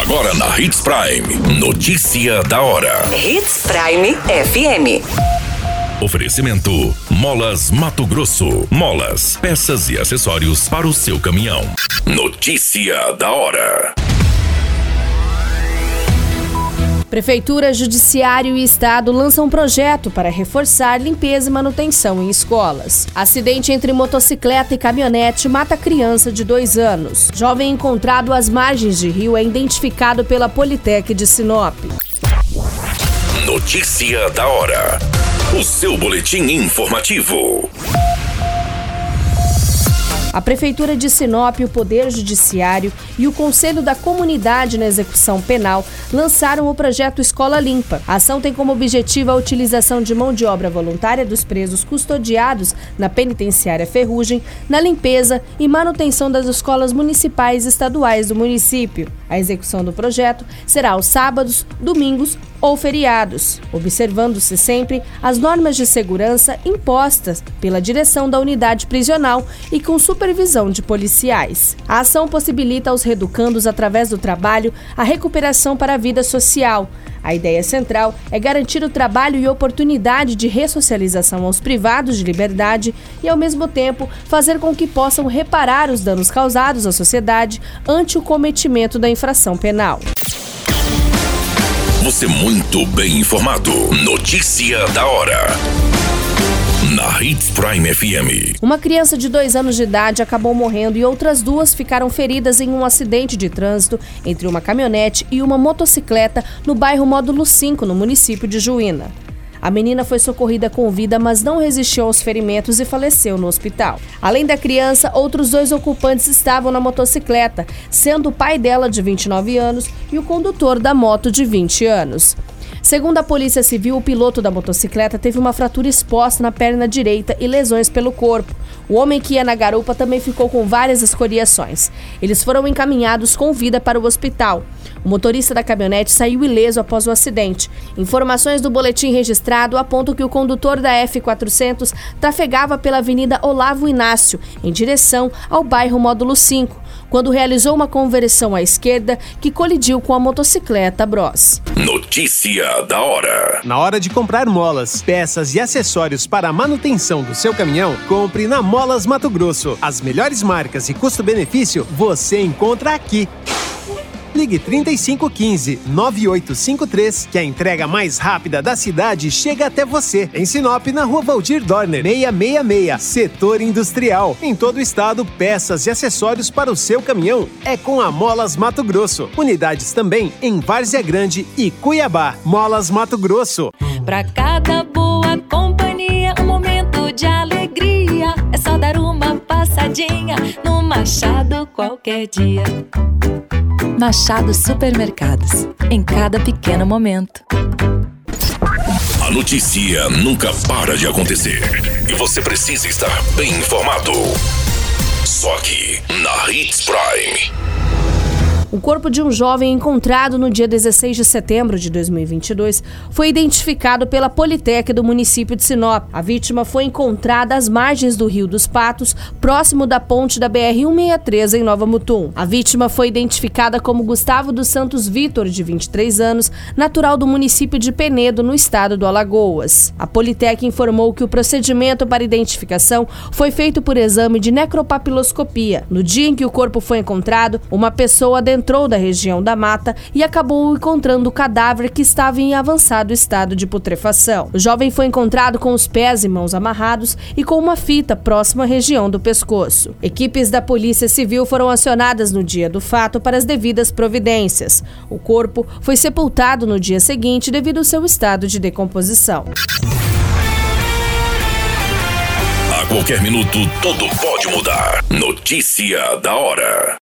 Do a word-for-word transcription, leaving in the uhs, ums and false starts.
Agora na Hits Prime. Notícia da hora. Hits Prime F M. Oferecimento: Molas Mato Grosso. Molas, peças e acessórios para o seu caminhão. Notícia da hora. Prefeitura, Judiciário e Estado lançam um projeto para reforçar limpeza e manutenção em escolas. Acidente entre motocicleta e caminhonete mata criança de dois anos. Jovem encontrado às margens de rio é identificado pela Politec de Sinop. Notícia da hora. O seu boletim informativo. A Prefeitura de Sinop, o Poder Judiciário e o Conselho da Comunidade na Execução Penal lançaram o projeto Escola Limpa. A ação tem como objetivo a utilização de mão de obra voluntária dos presos custodiados na Penitenciária Ferrugem, na limpeza e manutenção das escolas municipais e estaduais do município. A execução do projeto será aos sábados, domingos ou feriados, observando-se sempre as normas de segurança impostas pela direção da unidade prisional e com supervisão de policiais. A ação possibilita aos reeducandos, através do trabalho, a recuperação para a vida social. A ideia central é garantir o trabalho e oportunidade de ressocialização aos privados de liberdade e, ao mesmo tempo, fazer com que possam reparar os danos causados à sociedade ante o cometimento da infração penal. Você muito bem informado. Notícia da hora. Na Hits Prime F M. Uma criança de dois anos de idade acabou morrendo e outras duas ficaram feridas em um acidente de trânsito entre uma caminhonete e uma motocicleta no bairro Módulo cinco, no município de Juína. A menina foi socorrida com vida, mas não resistiu aos ferimentos e faleceu no hospital. Além da criança, outros dois ocupantes estavam na motocicleta, sendo o pai dela, de vinte e nove anos, e o condutor da moto, de vinte anos. Segundo a Polícia Civil, o piloto da motocicleta teve uma fratura exposta na perna direita e lesões pelo corpo. O homem que ia na garupa também ficou com várias escoriações. Eles foram encaminhados com vida para o hospital. O motorista da caminhonete saiu ileso após o acidente. Informações do boletim registrado apontam que o condutor da F quatrocentos trafegava pela Avenida Olavo Inácio, em direção ao bairro Módulo cinco, quando realizou uma conversão à esquerda que colidiu com a motocicleta Bros. Notícia da hora. Na hora de comprar molas, peças e acessórios para a manutenção do seu caminhão, compre na Molas Mato Grosso. As melhores marcas e custo-benefício você encontra aqui. Ligue trinta e cinco quinze, nove oito cinco três, que a entrega mais rápida da cidade chega até você. Em Sinop, na Rua Valdir Dorner, seiscentos e sessenta e seis, Setor Industrial. Em todo o estado, peças e acessórios para o seu caminhão é com a Molas Mato Grosso. Unidades também em Várzea Grande e Cuiabá. Molas Mato Grosso. Pra cada boa companhia, um momento de alegria. É só dar uma passadinha no Machado qualquer dia. Machado Supermercados, em cada pequeno momento. A notícia nunca para de acontecer e você precisa estar bem informado. Só aqui na Hits Prime. O corpo de um jovem encontrado no dia dezesseis de setembro de dois mil e vinte e dois foi identificado pela Politec do município de Sinop. A vítima foi encontrada às margens do Rio dos Patos, próximo da ponte da B R cento e sessenta e três, em Nova Mutum. A vítima foi identificada como Gustavo dos Santos Vitor, de vinte e três anos, natural do município de Penedo, no estado do Alagoas. A Politec informou que o procedimento para identificação foi feito por exame de necropapiloscopia. No dia em que o corpo foi encontrado, uma pessoa dentro entrou da região da mata e acabou encontrando o cadáver, que estava em avançado estado de putrefação. O jovem foi encontrado com os pés e mãos amarrados e com uma fita próxima à região do pescoço. Equipes da Polícia Civil foram acionadas no dia do fato para as devidas providências. O corpo foi sepultado no dia seguinte devido ao seu estado de decomposição. A qualquer minuto, tudo pode mudar. Notícia da hora.